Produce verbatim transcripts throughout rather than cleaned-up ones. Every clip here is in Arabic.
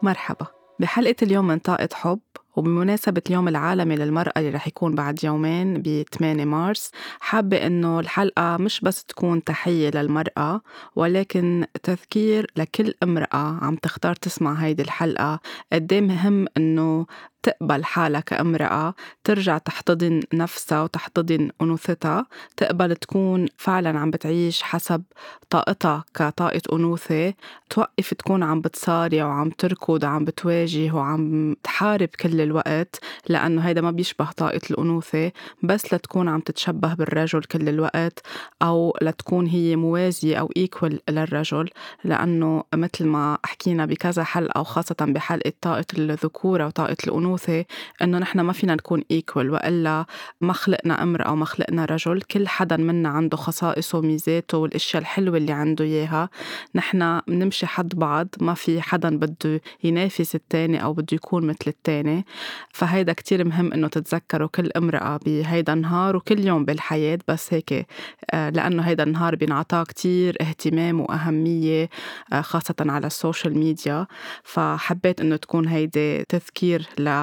مرحبا. بحلقة اليوم من طاقة حب، وبمناسبة اليوم العالمي للمرأة اللي رح يكون بعد يومين ب ثمانية مارس، حابة إنه الحلقة مش بس تكون تحية للمرأة، ولكن تذكير لكل امرأة عم تختار تسمع هيدي الحلقة قديه مهم إنه تقبل حالها كامرأة، ترجع تحتضن نفسها وتحتضن أنوثتها، تقبل تكون فعلاً عم بتعيش حسب طاقتها كطاقة أنوثة، توقف تكون عم بتصارع وعم تركض وعم بتواجه وعم تحارب كل الوقت، لأنه هيدا ما بيشبه طاقة الأنوثة، بس لتكون عم تتشبه بالرجل كل الوقت، أو لتكون هي موازية أو equal للرجل، لأنه مثل ما حكينا بكذا حلقة وخاصة بحلقة طاقة الذكورة وطاقة الأنوثة إنه نحن ما فينا نكون equal، وإلا ما خلقنا امرأة وما خلقنا رجل. كل حدا منا عنده خصائصه وميزاته والأشياء الحلوة اللي عنده إياها. نحن بنمشي حد بعض، ما في حدا بده ينافس التاني أو بده يكون مثل التاني. فهيدا كتير مهم إنه تتذكروا كل امرأة بهيدا النهار وكل يوم بالحياة، بس هيك آه لأنه هيدا النهار بينعطاه كتير اهتمام وأهمية آه خاصة على السوشيال ميديا. فحبيت إنه تكون هيدي تذكير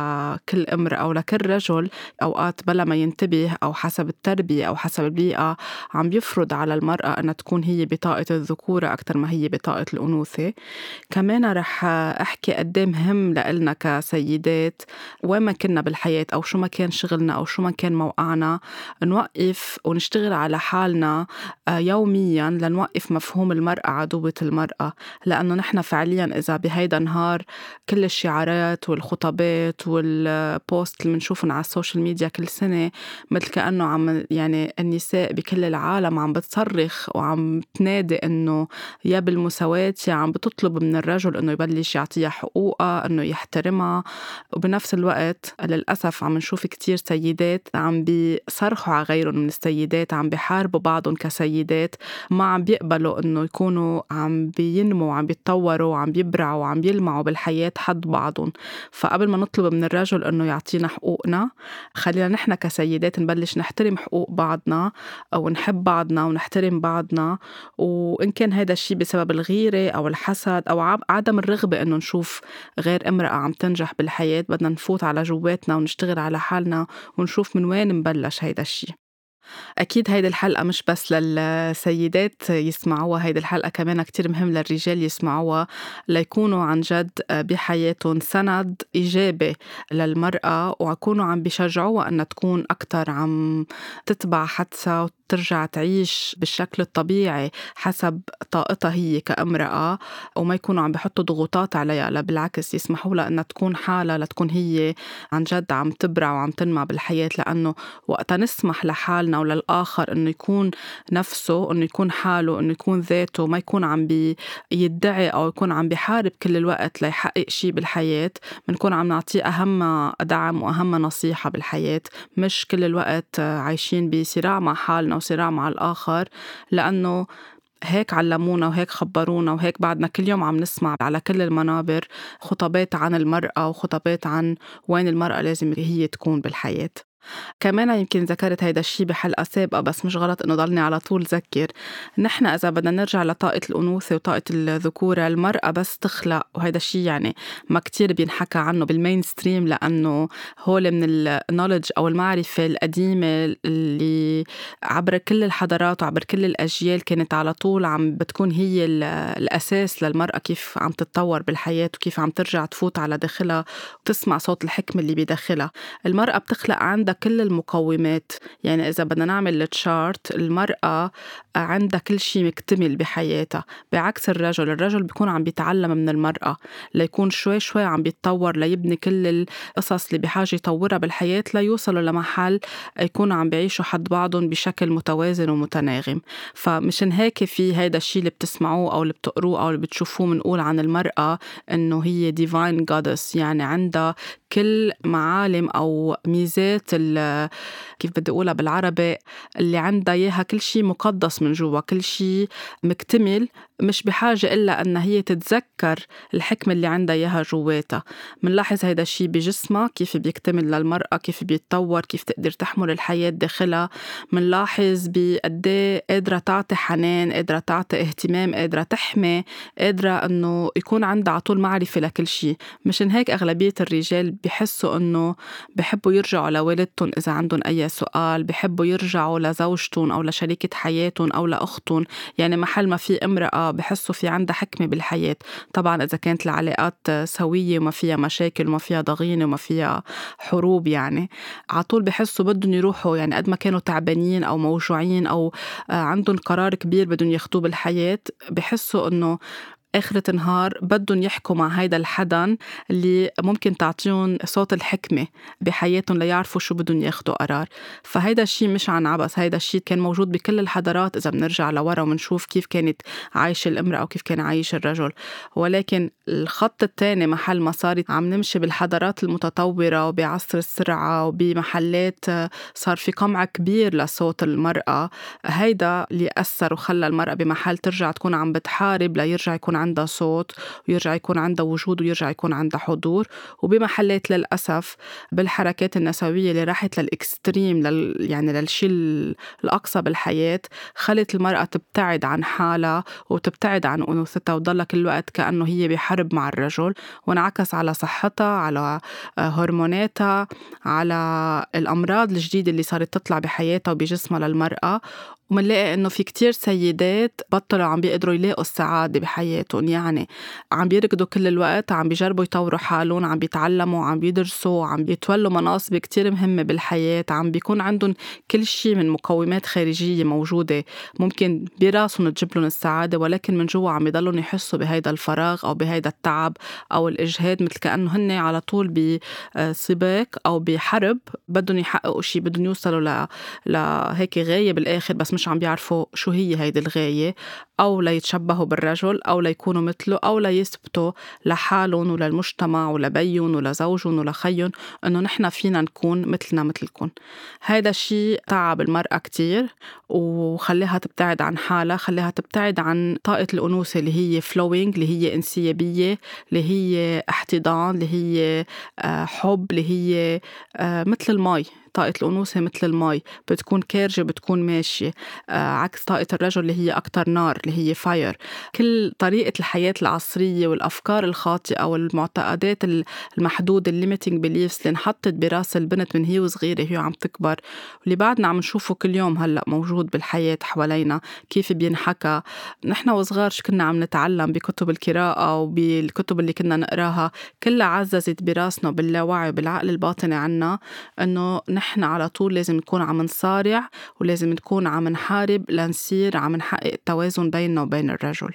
لكل امرأة ولكل رجل أوقات بلا ما ينتبه أو حسب التربية أو حسب البيئة عم بيفرض على المرأة أن تكون هي بطاقة الذكورة أكتر ما هي بطاقة الأنوثة. كمان رح أحكي قدام مهم لإلنا كسيدات وين ما كنا بالحياة أو شو ما كان شغلنا أو شو ما كان موقعنا، نوقف ونشتغل على حالنا يومياً لنوقف مفهوم المرأة عدوة المرأة. لأنه نحن فعلياً إذا بهيدا النهار كل الشعارات والخطابات والبوست اللي منشوفهم على السوشيال ميديا كل سنة مثل كأنه عم يعني النساء بكل العالم عم بتصرخ وعم تنادي إنه يا بالمساواة، يا عم بتطلب من الرجل إنه يبلش يعطيها حقوقها، إنه يحترمها. وبنفس الوقت للأسف عم نشوف كتير سيدات عم بيصرخوا على غيرهم من السيدات، عم بيحاربوا بعضهم كسيدات، ما عم بيقبلوا إنه يكونوا عم بينموا وعم بيتطوروا وعم بيبرعوا وعم بيلمعوا بالحياة حد بعضهم. فقبل ما نطلب من الرجل إنه يعطينا حقوقنا، خلينا نحن كسيدات نبلش نحترم حقوق بعضنا أو نحب بعضنا ونحترم بعضنا. وإن كان هذا الشيء بسبب الغيرة أو الحسد أو عدم الرغبة إنه نشوف غير امرأة عم تنجح بالحياة، بدنا نفوت على جواتنا ونشتغل على حالنا ونشوف من وين نبلش هيدا الشيء. أكيد هيدي الحلقة مش بس للسيدات يسمعوها، هيدي الحلقة كمان كتير مهم للرجال يسمعوها ليكونوا عن جد بحياتهم سند إيجابي للمرأة، ويكونوا عم بيشجعوها أن تكون أكتر عم تتبع حدسها ترجع تعيش بالشكل الطبيعي حسب طاقتها هي كامرأة، وما يكونوا عم بيحطوا ضغوطات عليها، لا بالعكس يسمحوا لها أن تكون حالها، لتكون هي عن جد عم تبرع وعم تنمى بالحياة. لأنه وقتا نسمح لحالنا وللآخر أنه يكون نفسه، أنه يكون حاله، أنه يكون ذاته، ما يكون عم بيدعي أو يكون عم بيحارب كل الوقت ليحقق شيء بالحياة، بنكون عم نعطيه أهم دعم وأهم نصيحة بالحياة، مش كل الوقت عايشين بصراع مع حالنا وصراع مع الآخر. لأنه هيك علمونا وهيك خبرونا وهيك بعدنا كل يوم عم نسمع على كل المنابر خطابات عن المرأة وخطابات عن وين المرأة لازم هي تكون بالحياة. كمان يمكن ذكرت هيدا الشيء بحلقة سابقة، بس مش غلط إنه ضلني على طول ذكر. نحن إذا بدنا نرجع لطاقة الأنوثة وطاقة الذكورة، المرأة بس تخلق، وهيدا الشيء يعني ما كتير بينحكى عنه بالمينستريم، لأنه هول من النولج أو المعرفة القديمة اللي عبر كل الحضارات وعبر كل الأجيال كانت على طول عم بتكون هي الأساس للمرأة، كيف عم تتطور بالحياة وكيف عم ترجع تفوت على داخلها وتسمع صوت الحكمة اللي بداخلها. المرأة بتخلق عندها كل المقومات، يعني إذا بدنا نعمل التشارت، المرأة عندها كل شيء مكتمل بحياتها، بعكس الرجل. الرجل بيكون عم بيتعلم من المرأة ليكون شوي شوي عم بيتطور ليبني كل القصص اللي بحاجة يطورها بالحياة ليوصلوا لمحل يكونوا عم بيعيشوا حد بعضهم بشكل متوازن ومتناغم. فمشان هيك في هيدا الشيء اللي بتسمعوه أو اللي بتقروه أو اللي بتشوفوه منقول عن المرأة إنه هي divine goddess، يعني عندها كل معالم أو ميزات كيف بدي أقولها بالعربي، اللي عندها إياها كل شيء مقدس من جوا، كل شيء مكتمل مش بحاجة إلا أن هي تتذكر الحكمة اللي عندها إياها جواتها. منلاحظ هيدا الشي بجسمها كيف بيكتمل للمرأة، كيف بيتطور، كيف تقدر تحمل الحياة داخلها. منلاحظ بقديه قادرة تعطي حنان، قادرة تعطي اهتمام، قادرة تحمي، قادرة أنه يكون عندها عطول معرفة لكل شي. مشان هيك أغلبية الرجال بيحسوا أنه بيحبوا يرجعوا لوالدتهم إذا عندهم أي سؤال، بيحبوا يرجعوا لزوجتهم أو لشريكة حياتهم أو لأختهم. يعني محل ما في امرأة بحسوا في عندها حكمة بالحياة. طبعا إذا كانت العلاقات سوية وما فيها مشاكل وما فيها ضغينة وما فيها حروب، يعني عطول بحسوا بدهم يروحوا، يعني قد ما كانوا تعبانين أو موجوعين أو عندهم قرار كبير بدهم ياخدوه بالحياة، بحسوا أنه آخرة النهار بدهم يحكوا مع هيدا الحدن اللي ممكن تعطيهم صوت الحكمة بحياتهم ليعرفوا شو بدهم ياخدوا قرار. فهيدا الشيء مش عن عبس، هيدا الشيء كان موجود بكل الحضارات إذا بنرجع لورا ونشوف كيف كانت عايشة الامرأة أو كيف كان عايش الرجل. ولكن الخط الثاني محل ما صارت عم نمشي بالحضارات المتطورة وبعصر السرعة وبمحلات صار في قمع كبير لصوت المرأة، هيدا اللي أثر وخلى المرأة بمحل ترجع تكون عم بتحارب ليرجع يكون عندها صوت ويرجع يكون عندها وجود ويرجع يكون عندها حضور. وبمحلات للأسف بالحركات النسوية اللي راحت للإكستريم لل يعني للشيء الأقصى بالحياة، خلت المرأة تبتعد عن حالها وتبتعد عن أنوثتها وتضل كل وقت كأنه هي بحرب مع الرجل، وانعكس على صحتها، على هرموناتها، على الأمراض الجديدة اللي صارت تطلع بحياتها وبجسمها للمرأة. ومنلاقي إنه في كتير سيدات بطلوا عم بيقدروا يلاقوا السعادة بحياتهم، يعني عم بيركضوا كل الوقت، عم بيجربوا يطوروا حالهم، عم بيتعلموا، عم بيدرسوا، عم بيتولوا مناصب كتير مهمة بالحياة، عم بيكون عندهم كل شيء من مقومات خارجية موجودة ممكن براسهم تجيب لهم السعادة، ولكن من جوا عم يضلون يحسوا بهيدا الفراغ أو بهيدا التعب أو الإجهاد، مثل كأنه هن على طول بسباق أو بحرب بدهم يحققوا شيء، بدهم يوصلوا ل... لهيك غاية بالآخر، بس مش عم بيعرفوا شو هي هيدي الغاية، أو ليتشبهوا بالرجل أو ليكونوا مثله أو ليثبتوا لحالهم وللمجتمع ولبيهم ولزوجهم ولخيهم أنه نحن فينا نكون مثلنا مثلكم. هيدا الشيء تعب المرأة كتير وخليها تبتعد عن حالها، خليها تبتعد عن طاقة الأنوثة اللي هي فلوينج، اللي هي انسيابية، اللي هي احتضان، اللي هي حب، اللي هي مثل الماء. طاقة الأنوثة مثل الماء، بتكون كارجة، بتكون ماشية، آه عكس طاقة الرجل اللي هي أكتر نار، اللي هي فاير. كل طريقة الحياة العصرية والأفكار الخاطئة والمعتقدات المحدودة الليميتينج بيليفز اللي انحطت براس البنت من هي وصغيرة هي عم تكبر، واللي بعدنا عم نشوفه كل يوم هلأ موجود بالحياة حوالينا، كيف بينحكى. نحن وصغار شو كنا عم نتعلم بكتب القراءة وبالكتب اللي كنا نقراها، كلها عززت براسنا باللاوعي وبالعقل الباطني عنا أنه نحن على طول لازم نكون عم نصارع ولازم نكون عم نحارب لنصير عم نحقق التوازن بيننا وبين الرجل.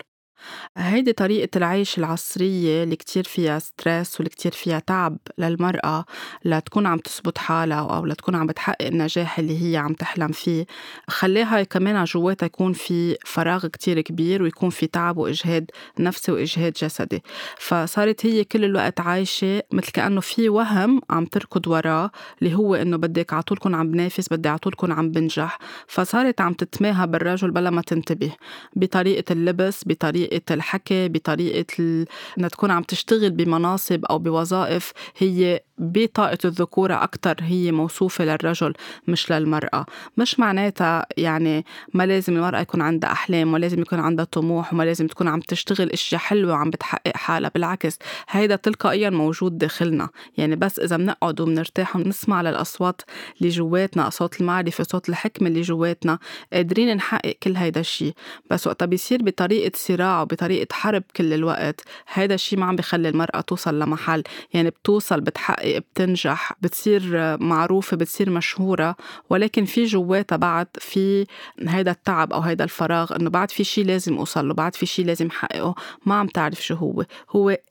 هيدي طريقة العيش العصرية اللي كتير فيها ستريس واللي كتير فيها تعب للمرأة لتكون عم تثبت حالها أو لتكون عم بتحقق النجاح اللي هي عم تحلم فيه، خليها كمان جواتها يكون في فراغ كتير كبير ويكون في تعب وإجهاد نفسي وإجهاد جسدي. فصارت هي كل الوقت عايشة مثل كأنه في وهم عم تركض وراه، اللي هو إنه بدك عطول كون عم بنافس، بدي عطول كون عم بنجح. فصارت عم تتماهى بالرجل بلا ما تنتبه، بطريقة اللبس، بطريقة الحكي، بطريقة ال... أنها تكون عم تشتغل بمناصب أو بوظائف هي بطاقة الذكورة أكتر، هي موصوفة للرجل مش للمرأة. مش معناتها يعني ما لازم المرأة يكون عندها أحلام ولازم يكون عندها طموح وما لازم تكون عم تشتغل إشياء حلوة وعم بتحقق حالها، بالعكس هيدا تلقائيا موجود داخلنا. يعني بس إذا بنقعد وبنرتاح ونسمع للأصوات اللي جواتنا، أصوات المعرفة، صوت الحكمة اللي جواتنا، قادرين نحقق كل هيدا الشيء. بس وقتها بيصير بطريقة صراع وبطريقة حرب كل الوقت، هيدا الشيء ما عم بيخلي المرأة توصل لمحل. يعني بتوصل، بتحقق، بتنجح، بتصير معروفة، بتصير مشهورة، ولكن في جواتها بعد في هيدا التعب أو هيدا الفراغ، إنه بعد في شيء لازم أوصل له، بعد في شيء لازم حققه، ما عم تعرف شو هو. هو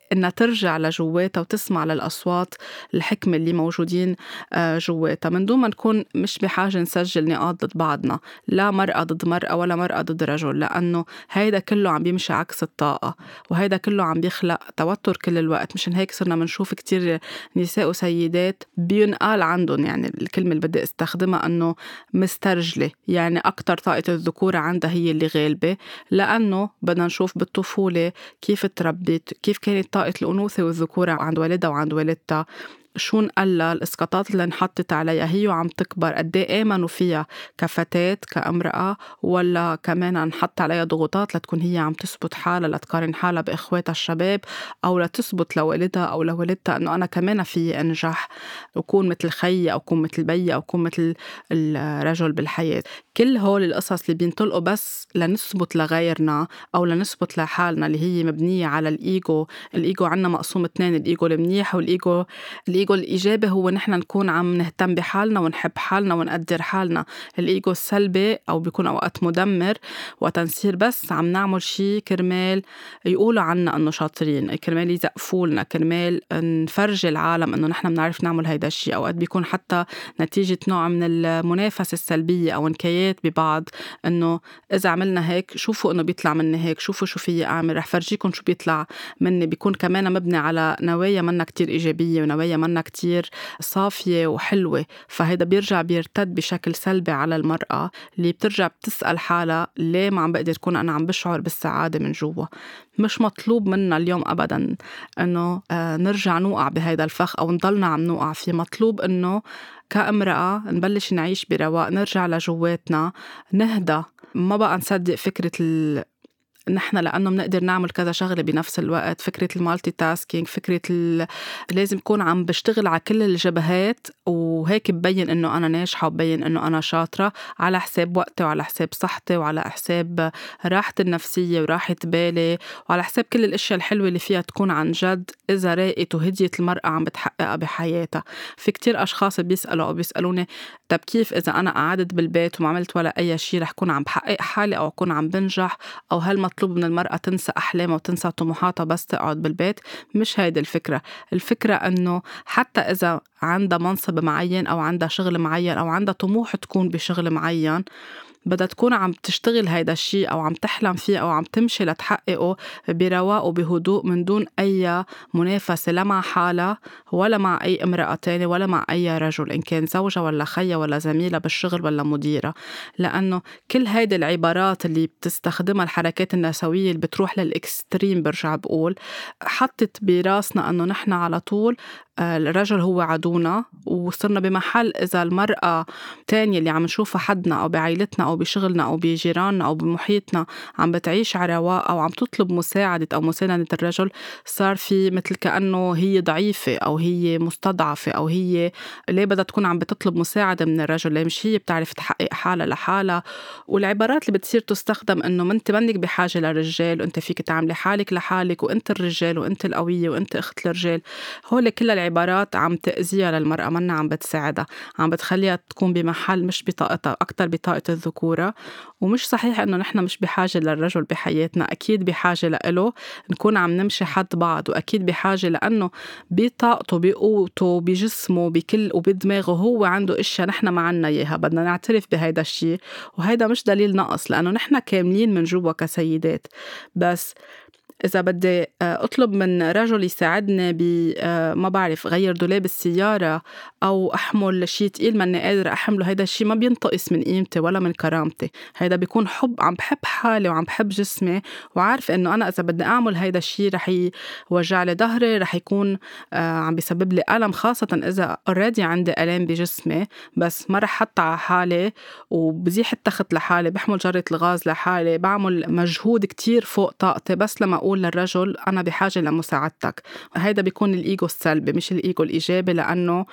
إنها ترجع لجواتها وتسمع للأصوات الحكمة اللي موجودين آه، جواتها، من دون ما نكون مش بحاجة نسجل نقاط ضد بعضنا، لا مرأة ضد مرأة ولا مرأة ضد رجل، لأنه هيدا كله عم بيمشي عكس الطاقة، وهيدا كله عم بيخلق توتر كل الوقت. مشان هيك صرنا منشوف كتير نساء وسيدات بينقال عندهم، يعني الكلمة اللي بدي استخدمها أنه مسترجلة، يعني أكتر طاقة الذكورة عندها هي اللي غالبة، لأنه بدنا نشوف بالطفولة كيف تربيت، كيف كانت طاقة الأنوثة والذكورة عند والدها وعند والدتها، شو نقلل الإسقاطات اللي انحطت عليها هي وعم تكبر، قد ايه آمنوا فيها كفتاة كامرأة، ولا كمان انحط عليها ضغوطات لتكون هي عم تثبت حالها، لتقارن حالها بإخواتها الشباب، أو لتثبت لوالدها أو لوالدتها أنه أنا كمان في أنجح وكون مثل خيي أو كون مثل بيي أو كون مثل الرجل بالحياة. كل هول القصص اللي بينطلقوا بس لنثبت لغيرنا أو لنثبت لحالنا، اللي هي مبنية على الإيجو. الإيجو عنا مقسوم اثنين، الإيجو المنيح والإيجو الإيجو الإيجابي، هو نحن نكون عم نهتم بحالنا ونحب حالنا ونقدر حالنا. الإيجو السلبي أو بيكون أوقات مدمر وقت نصير بس عم نعمل شي كرمال يقولوا عنا أنه شاطرين، كرمال يزقفولنا، كرمال نفرج العالم أنه نحن بنعرف نعمل هيدا الشي. أوقات بيكون حتى نتيجة نوع من المنافسة السلبية أو نكايات ببعض، أنه إذا عملنا هيك شوفوا أنه بيطلع مني هيك، شوفوا شو فيي أعمل، رح فرجيكم شو بيطلع مني. بيكون كمان مبني على نوايا منا كتير إيجابية ونوايا منا كتير صافية وحلوة، فهيدا بيرجع بيرتد بشكل سلبي على المرأة اللي بترجع بتسأل حالها ليه ما عم بقدر تكون أنا عم بشعر بالسعادة من جوا. مش مطلوب منا اليوم أبدا أنه آه نرجع نوقع بهيدا الفخ أو نضلنا عم نوقع فيه. مطلوب أنه كامرأة نبلش نعيش برواق، نرجع لجواتنا، نهدى، ما بقى نصدق فكرة ال نحن لأنه منقدر نعمل كذا شغلة بنفس الوقت، فكرة المالتي تاسكينج، فكرة ال... لازم كون عم بشتغل على كل الجبهات وهيك ببين إنه أنا ناجحة وببين إنه أنا شاطرة، على حساب وقتي وعلى حساب صحتي وعلى حساب راحتي النفسية وراحة بالي وعلى حساب كل الأشياء الحلوة اللي فيها تكون عن جد إذا راقت وهديت المرأة عم بتحققها بحياتها. في كتير أشخاص بيسألوا أو بيسألوني طب كيف إذا أنا قعدت بالبيت وما عملت ولا أي شيء رح كون عم بحقق حالي أو أكون عم بنجح، أو هل مطلوب من المرأة تنسى أحلامها وتنسى طموحاتها بس تقعد بالبيت؟ مش هيدا الفكرة. الفكرة أنه حتى إذا عندها منصب معين أو عندها شغل معين أو عندها طموح تكون بشغل معين، بدها تكون عم تشتغل هيدا الشيء أو عم تحلم فيه أو عم تمشي لتحققه برواق وبهدوء، من دون أي منافسة لا مع حالها ولا مع أي امرأة تانية ولا مع أي رجل، إن كان زوجة ولا خيّة ولا زميلة بالشغل ولا مديرة. لأنه كل هيدا العبارات اللي بتستخدمها الحركات النسوية اللي بتروح للإكستريم، برجع بقول حطت براسنا أنه نحن على طول الرجل هو عدونا، وصرنا بمحل إذا المرأة تانية اللي عم نشوفها حدنا أو بعائلتنا أو بشغلنا أو بجيراننا أو بمحيطنا عم بتعيش على رواق أو عم تطلب مساعدة أو مساندة الرجل، صار في مثل كأنه هي ضعيفة أو هي مستضعفة أو هي ليه بدها تكون عم بتطلب مساعدة من الرجل، ليه مش هي بتعرف تحقق حالها لحالها. والعبارات اللي بتصير تستخدم إنه ما أنت منك بحاجة للرجال وأنت فيك تعملي حالك لحالك وأنت الرجال وأنت القوية وأنت أخت الرجال، هول كل العبارات عم تأذيها للمرأة، منا عم بتساعدها، عم بتخليها تكون بمحل مش بطاقتها، أكتر بطاقة الذكورة. ومش صحيح إنه نحن مش بحاجة للرجل بحياتنا، أكيد بحاجة لإله، نكون عم نمشي حد بعض، وأكيد بحاجة لأنه بطاقته بقوته بجسمه بكل وبدماغه هو عنده إشياء نحن ما عنا إياها، بدنا نعترف بهيدا الشيء. وهيدا مش دليل نقص لأنه نحن كاملين من جوا كسيدات. بس إذا بدي أطلب من رجل يساعدني ب ما بعرف غير دولاب السيارة أو أحمل شيء تقيل ماني قادرة أحمله، هيدا الشيء ما بينتقص من قيمتي ولا من كرامتي، هيدا بيكون حب، عم بحب حالي وعم بحب جسمي وعارف إنه أنا إذا بدي أعمل هيدا الشيء رح يوجع لي ظهري، رح يكون عم بيسبب لي ألم، خاصة إذا already عندي ألم بجسمي، بس ما رح حط على حالي وبزيح التخت لحالي، بحمل جرة الغاز لحالي، بعمل مجهود كتير فوق طاقتي بس لما أقول للرجل أنا بحاجة لمساعدتك. هيدا بيكون الإيجو السلبي مش الإيجو الإيجابي، لأنه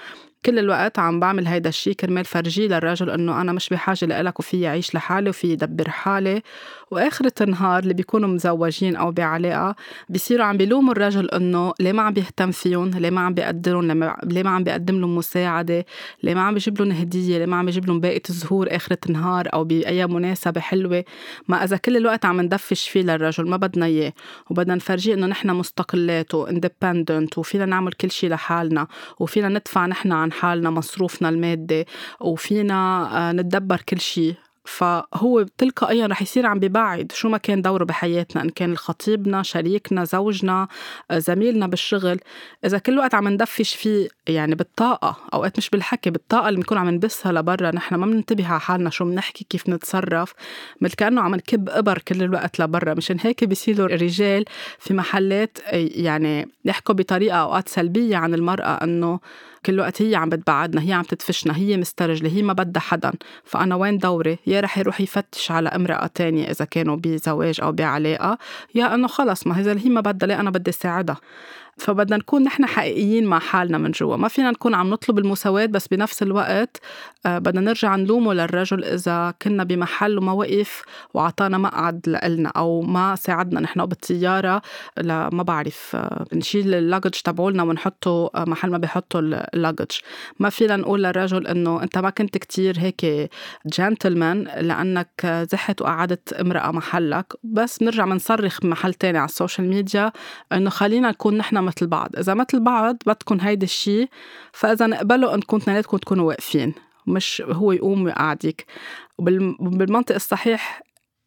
كل الوقت عم بعمل هيدا الشي كرمال فرجي للرجل إنه أنا مش بحاجة لإلك وفي أعيش لحالي وفي يدبر حالي. وآخرة النهار اللي بيكونوا مزوجين أو بعلاقة بيصيروا عم بيلوموا الرجل إنه ليه ما عم بيهتم فيهم، ليه ما عم بيقدرهم، ليه ما عم بيقدم لهم مساعدة، ليه ما عم بيجيب لهم هدية، ليه ما عم بيجيب لهم باقة زهور آخرة النهار أو بأي مناسبة حلوة. ما إذا كل الوقت عم ندفش فيه للرجل ما بدنا إياه، وبدنا نفرجيه إنه نحن مستقلات و independent وفينا نعمل كل شي لحالنا وفينا ندفع نحن عن حالنا مصروفنا المادي وفينا آه، نتدبر كل شي. فهو تلقائيا رح يصير عم ببعد شو ما كان دوره بحياتنا، إن كان خطيبنا، شريكنا، زوجنا، آه، زميلنا بالشغل. إذا كل وقت عم ندفش فيه يعني بالطاقة، أوقات مش بالحكي، بالطاقة اللي بنكون عم نبثها لبرا، نحن ما بننتبه على حالنا شو بنحكي كيف نتصرف، مثل كأنه عم نكب إبر كل الوقت لبرا. مشان هيك بيصيروا الرجال في محلات يعني يحكوا بطريقة أوقات سلبية عن المرأة، إنه كل وقت هي عم بتبعدنا، هي عم تدفشنا، هي مسترجلة، هي ما بدها حدا، فأنا وين دوري؟ يا رح يروح يفتش على امرأة تانية إذا كانوا بزواج أو بعلاقة، يا إنه خلص ما هي هي ما بدها، ليه أنا بدي ساعدها. فبدنا نكون نحن حقيقيين مع حالنا من جوا، ما فينا نكون عم نطلب المساواة بس بنفس الوقت آه بدنا نرجع نلومه للرجل إذا كنا بمحل وما وقف وعطانا مقعد لإلنا أو ما ساعدنا نحن بالطيارة لما بعرف آه نشيل اللاجج تبعولنا ونحطه آه محل ما بيحطوا اللاجج. ما فينا نقول للرجل إنه أنت ما كنت كتير هيك جنتلمان لأنك زحت وقعدت امرأة محلك، بس نرجع منصرخ بمحل تاني على السوشيال ميديا إنه خلينا نكون نحن مثل بعض. إذا مثل بعض بدكن هيدا الشي، فإذا نقبلوا أنكم اثنيناتكم تكونوا واقفين، مش هو يقوم ويقعدك. وبالمنطق الصحيح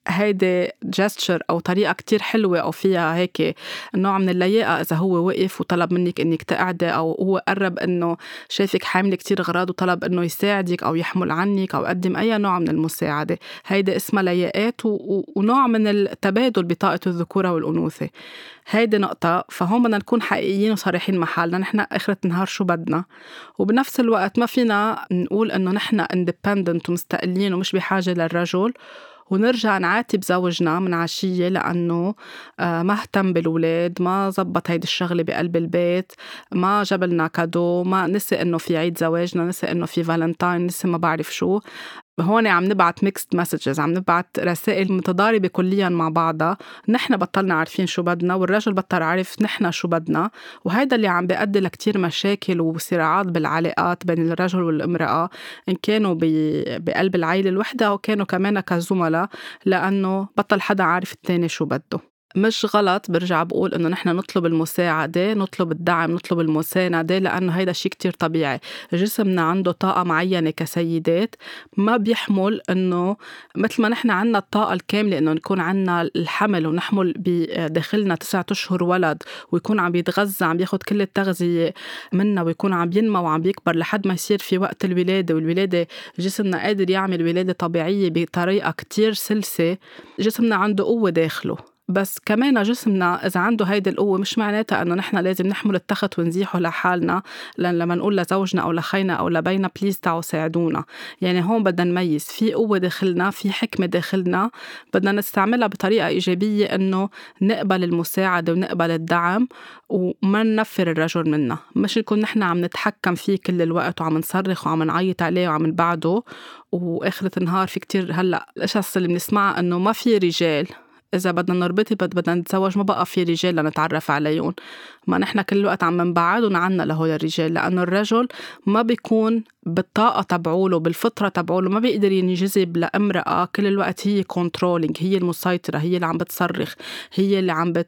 هيدا جستشر أو طريقة كتير حلوة أو فيها هيك نوع من اللياقة. إذا هو وقف وطلب منك إنك تقعدي، أو هو قرب إنه شايفك حاملة كتير غراض وطلب إنه يساعدك أو يحمل عنك أو يقدم أي نوع من المساعدة، هيدا اسمها لياقات و... و... ونوع من التبادل بطاقة الذكورة والأنوثة. هيدي نقطة. فهم بدنا نكون حقيقيين وصريحين مع حالنا، نحن آخرة النهار شو بدنا، وبنفس الوقت ما فينا نقول إنه نحن independent ومستقلين ومش بحاجة للرجل ونرجع نعاتب زوجنا من عشية لأنه ما اهتم بالولاد، ما زبط هيدي الشغلة بقلب البيت، ما جبلنا كادو، ما نسي إنه في عيد زواجنا، نسي إنه في فالنتاين، نسي ما بعرف شو. هون عم نبعت ميكست مسجز، عم نبعت رسائل متضاربة كليا مع بعضها. نحن بطلنا عارفين شو بدنا والرجل بطل عارف نحن شو بدنا، وهيدا اللي عم بيؤدي لكتير مشاكل وصراعات بالعلاقات بين الرجل والامرأة، إن كانوا بقلب العائلة الوحدة أو كانوا كمان كزملاء، لأنه بطل حدا عارف التاني شو بده. مش غلط، برجع بقول إنه نحن نطلب المساعدة، نطلب الدعم، نطلب المساندة، لأنه هيدا شيء كتير طبيعي. جسمنا عنده طاقة معينة كسيدات، ما بيحمل إنه مثل ما نحن عنا الطاقة الكاملة إنه نكون عنا الحمل ونحمل بداخلنا تسعة أشهر ولد ويكون عم يتغذى، عم ياخد كل التغذية منا ويكون عم ينمى وعم يكبر لحد ما يصير في وقت الولادة، والولادة جسمنا قادر يعمل ولادة طبيعية بطريقة كتير سلسة. جسمنا عنده قوة داخله، بس كمان جسمنا إذا عنده هيدي القوة مش معناتها أنه نحن لازم نحمل التخت ونزيحه لحالنا، لأن لما نقول لزوجنا أو لخينا أو لبينا بليز تعوا ساعدونا. يعني هون بدنا نميز، في قوة داخلنا، في حكمة داخلنا، بدنا نستعملها بطريقة إيجابية، أنه نقبل المساعدة ونقبل الدعم وما ننفر الرجل منا، مش نكون نحن عم نتحكم فيه كل الوقت وعم نصرخ وعم نعيط عليه وعم نبعده. وآخرة النهار في كتير هلأ القصص اللي بنسمعها أنه ما في رجال، إذا بدنا نربطي بدنا نتزوج ما بقى في رجال لنتعرف عليهم. ما نحن كل الوقت عم نبعد ونعنا لهول الرجال، لأنه الرجل ما بيكون بالطاقة تبعوله بالفطرة تبعوله، ما بيقدر ينجذب لامرأة كل الوقت هي كنترولينج، هي المسيطرة، هي اللي عم بتصرخ، هي اللي عم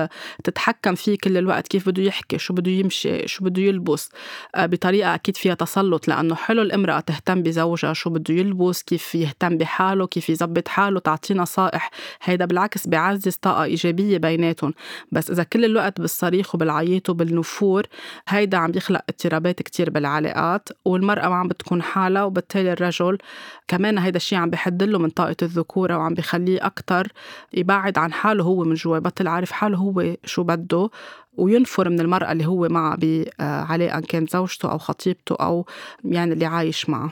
بتتحكم فيه كل الوقت، كيف بده يحكي، شو بده يمشي، شو بده يلبس، بطريقة أكيد فيها تسلط. لأنه حلو الامرأة تهتم بزوجها، شو بده يلبس، كيف يهتم بحاله، كيف يزبط حاله، تعطي نصائح، هيدا بالعكس بيعزز طاقة إيجابية بيناتهم. بس إذا كل الوقت بالصريخ وبالعيط وبالنفور، هيدا عم يخلق اضطرابات كتير بالعلاقات، والمرأة ما عم بتكون حالة، وبالتالي الرجل كمان هيدا الشيء عم بيحدله من طاقة الذكورة وعم بيخليه أكتر يبعد عن حاله هو من جوا، بطل عارف حاله هو شو بده، وينفر من المرأة اللي هو معها بعلاقة، إن كانت زوجته أو خطيبته أو يعني اللي عايش معه.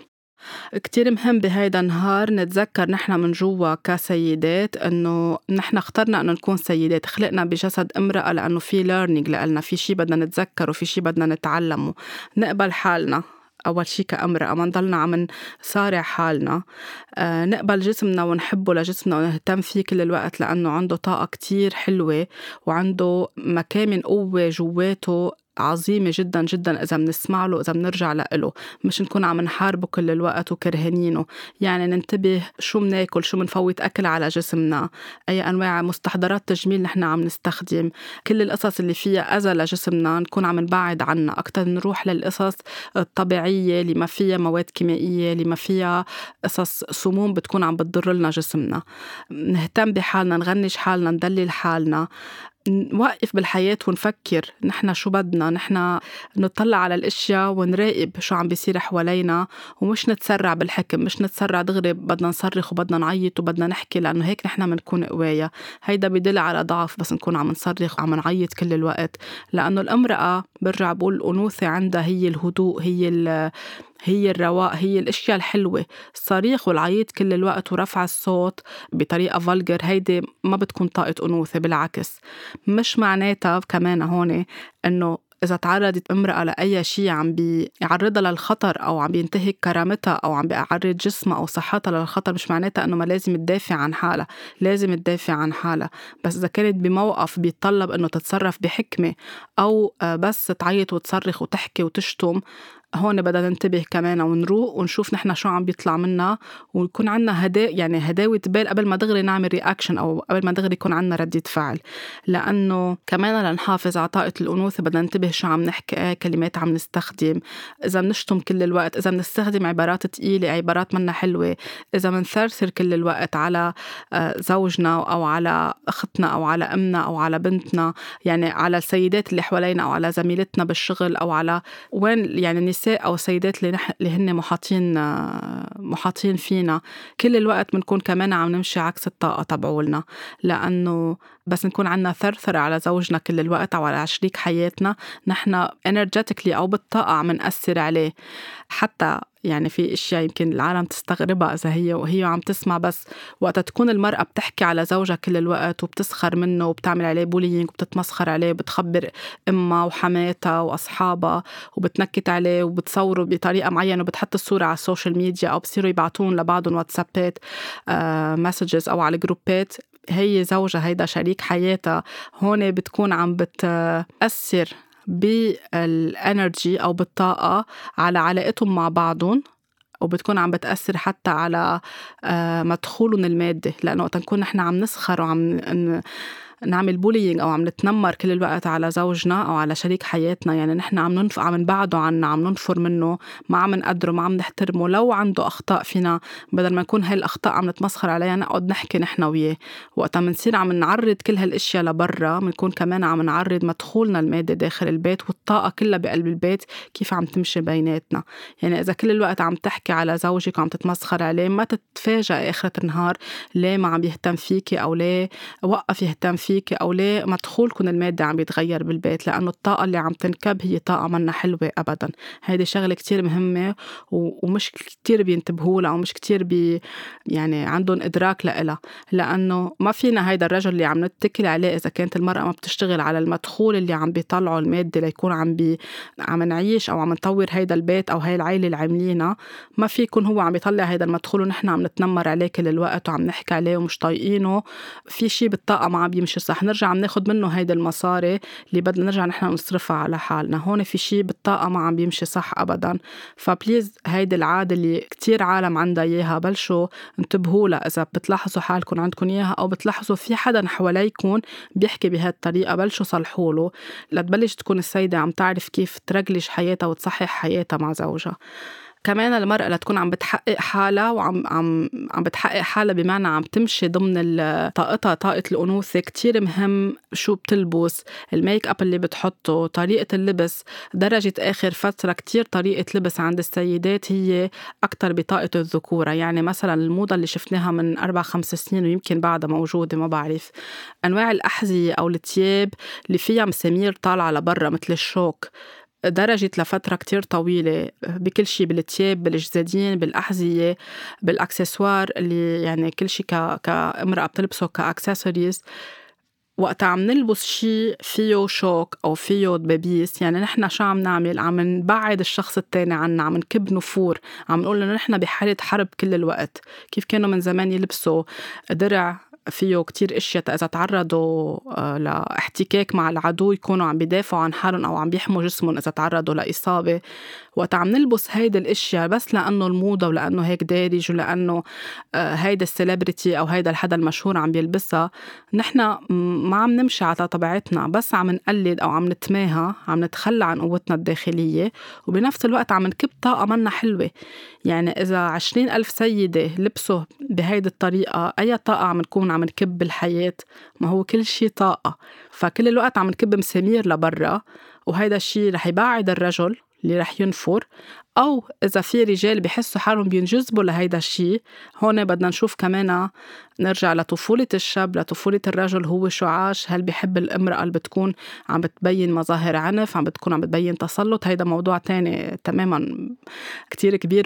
كتير مهم بهيدا النهار نتذكر نحن من جوا كسيدات إنه نحن اخترنا إنه نكون سيدات، خلقنا بجسد امرأة لأنه في learning لألنا، في شي بدنا نتذكر وفي شي بدنا نتعلمه، نقبل حالنا. أول شي كأمرأة ما نضلنا عم نصارع حالنا. آه نقبل جسمنا ونحبه لجسمنا ونهتم فيه كل الوقت، لأنه عنده طاقة كتير حلوة وعنده مكامن قوة جواته عظيمة جدا جدا إذا منسمع له، إذا منرجع له، مش نكون عم نحاربه كل الوقت وكرهنينه. يعني ننتبه شو مناكل، شو منفوت أكل على جسمنا، أي أنواع مستحضرات تجميل نحن عم نستخدم، كل القصص اللي فيها أذى لجسمنا نكون عم نبعد عنها أكتر، نروح للقصص الطبيعية اللي ما فيها مواد كيميائية، اللي ما فيها قصص سموم بتكون عم بتضر لنا جسمنا. نهتم بحالنا، نغنش حالنا، ندلل حالنا، نوقف بالحياة ونفكر نحن شو بدنا، نحن نطلع على الاشياء ونراقب شو عم بيصير حوالينا، ومش نتسرع بالحكم، مش نتسرع دغري بدنا نصرخ وبدنا نعيط وبدنا نحكي، لأنه هيك نحن منكون قوايا. هيدا بدل على ضعف بس نكون عم نصرخ وعم نعيط كل الوقت، لأنه الامرأة برجع بقول الأنوثة عندها هي الهدوء، هي ال هي الرواء، هي الاشياء الحلوة. الصريخ والعيط كل الوقت ورفع الصوت بطريقة فالجر هيدي ما بتكون طاقة أنوثة، بالعكس. مش معناتها كمان هون انه إذا تعرضت امرأة لأي شيء عم بيعرضها للخطر أو عم بينتهك كرامتها أو عم بيعرض جسمها أو صحتها للخطر، مش معناتها أنه ما لازم تدافع عن حالها، لازم تدافع عن حالها. بس إذا كانت بموقف بيتطلب أنه تتصرف بحكمة أو بس تعيط وتصرخ وتحكي وتشتم، هون بدنا ننتبه كمان ونروق ونشوف نحن شو عم بيطلع منا، ويكون عنا هدا يعني هداوة بال قبل ما دغري نعمل رياكشن أو قبل ما دغري يكون عنا ردة فعل. لأنه كمان لنحافظ على طاقة الأنوثة بدنا ننتبه شو عم نحكي، كلمات عم نستخدم، إذا منشتم كل الوقت، إذا منستخدم عبارات تقيلة، عبارات منا حلوة، إذا منثرثر كل الوقت على زوجنا أو على أختنا أو على أمنا أو على بنتنا، يعني على السيدات اللي حوالينا أو على زميلتنا بالشغل أو على وين يعني أو سيدات اللي, نح... اللي هن محاطين محاطين فينا، كل الوقت بنكون كمان عم نمشي عكس الطاقة تبعولنا. لأنه بس نكون عنا ثرثرة على زوجنا كل الوقت أو على شريك حياتنا، نحن energetically أو بالطاقة عم نأثر عليه. حتى يعني في اشياء يمكن العالم تستغربها اذا هي وهي عم تسمع، بس وقت تكون المرأة بتحكي على زوجها كل الوقت وبتسخر منه وبتعمل عليه بولينج وبتتمسخر عليه وبتخبر امها وحماتها واصحابها وبتنكت عليه وبتصوره بطريقة معينة وبتحط الصورة على السوشيال ميديا او بصيروا يبعتون لبعضهم واتسابات آه مسجز او على جروبات، هي زوجها هيدا شريك حياتها، هون بتكون عم بتأثر بالانرجي أو بالطاقة على علاقتهم مع بعضهم، وبتكون عم بتأثر حتى على مدخولهم المادي. لأنه وقت نكون نحن عم نسخر وعم نعمل بولينج أو عم نتنمر كل الوقت على زوجنا أو على شريك حياتنا، يعني نحن عم ننف عم نبعده عنا، عم ننفر منه، ما عم نقدره، ما عم نحترمه. لو عنده أخطاء فينا بدل ما نكون هاي الأخطاء عم نتمسخر عليها نقعد نحكي نحن وياه. وقت منصير عم نعرض كل هالاشياء لبرا بنكون كمان عم نعرض مدخولنا المادي داخل البيت والطاقة كلها بقلب البيت كيف عم تمشي بيناتنا. يعني إذا كل الوقت عم تحكي على زوجك وعم تتمسخر عليه، ما تتفاجأ آخرة النهار ليه ما عم يهتم فيكي أو ليه وقف يهتم فيكي أو ليه مدخولكم المادي عم بيتغير بالبيت، لأنه الطاقة اللي عم تنكب هي طاقة منا حلوة أبدا. هيدي شغلة كتير مهمة ومش كتير بينتبهوا لها ومش كتير بي يعني عندهم إدراك لها، لأنه ما فينا هيدا الرجل اللي عم نتكل عليه إذا كانت المرأة ما بتشتغل على المدخول اللي عم بيطلعه المادي ليكون عم بي عم نعيش أو عم نطور هيدا البيت أو هاي العائلة اللي عاملينها. ما في يكون هو عم يطلع هيدا المدخول ونحن عم نتنمر عليه كل الوقت وعم نحكي عليه ومش طايقينه، في شي بالطاقة ما عم بيمشي صح، نرجع عم ناخد منه هيدا المصاري اللي بدنا نرجع نحن نصرفها على حالنا. هون في شي بالطاقة ما عم بيمشي صح أبدا. فبليز هيدا العادة اللي كتير عالم عندها إياها بلشوا انتبهوا لها. إذا بتلاحظوا حالكم عندكم إياها أو بتلاحظوا في حدا حواليكم بيحكي بهالطريقة بلشوا صلحوله، لتبلش تكون السيدة عم تعرف كيف ترجلش حياتها وتصحح حياتها مع زوجها. كمان المرأة لتكون عم بتحقق حالها وعم عم عم بتحقق حالها بمعنى عم تمشي ضمن طاقتها، طاقة الأنوثة. كتير مهم شو بتلبس، الميك اب اللي بتحطه، طريقة اللبس. درجة آخر فترة كتير طريقة لبس عند السيدات هي أكتر بطاقة الذكورة. يعني مثلا الموضة اللي شفناها من أربع خمس سنين ويمكن بعدها موجودة، ما بعرف، أنواع الأحذية أو التياب اللي فيها مسامير طالعة لبرا مثل الشوك، درجة لفترة كتير طويلة بكل شيء، بالتياب، بالجزادين، بالأحذية، بالأكسسوار اللي يعني كل شيء ك... كامرأة بتلبسه كأكسسواريز. وقت عم نلبس شي فيه شوك أو فيه دبابيس، يعني نحن شو عم نعمل؟ عم نبعد الشخص التاني عنا، عم نكب نفور، عم نقول إنه نحن بحالة حرب كل الوقت. كيف كانوا من زمان يلبسوا درع فيه كتير اشياء إذا تعرضوا آه، لاحتكاك مع العدو يكونوا عم بيدافعوا عن حالهم أو عم بيحموا جسمهم إذا تعرضوا لإصابة. وقت عم نلبس هيدا الاشياء بس لأنه الموضة ولأنه هيك دارج ولأنه آه، هيدا السليبرتي أو هيدا الحدا المشهور عم بيلبسها، نحن ما عم نمشي على طبيعتنا، بس عم نقلد أو عم نتماهى، عم نتخلى عن قوتنا الداخلية، وبنفس الوقت عم نكب طاقة منا حلوة. يعني إذا عشرين ألف سيدة لبسوا بهيدي الطريقة، أي طاقة عم نكون عم نكب بالحياة؟ ما هو كل شي طاقة، فكل الوقت عم نكب مسامير لبرا، وهيدا الشي رح يبعد الرجل اللي رح ينفر. أو إذا في رجال بيحسوا حالهم بينجذبوا لهيدا الشي، هون بدنا نشوف كمان، نرجع لطفولة الشاب لطفولة الرجل، هو شو عاش؟ هل بيحب الامرأة اللي بتكون عم بتبين مظاهر عنف، عم بتكون عم بتبين تسلط؟ هيدا موضوع تاني تماما كتير كبير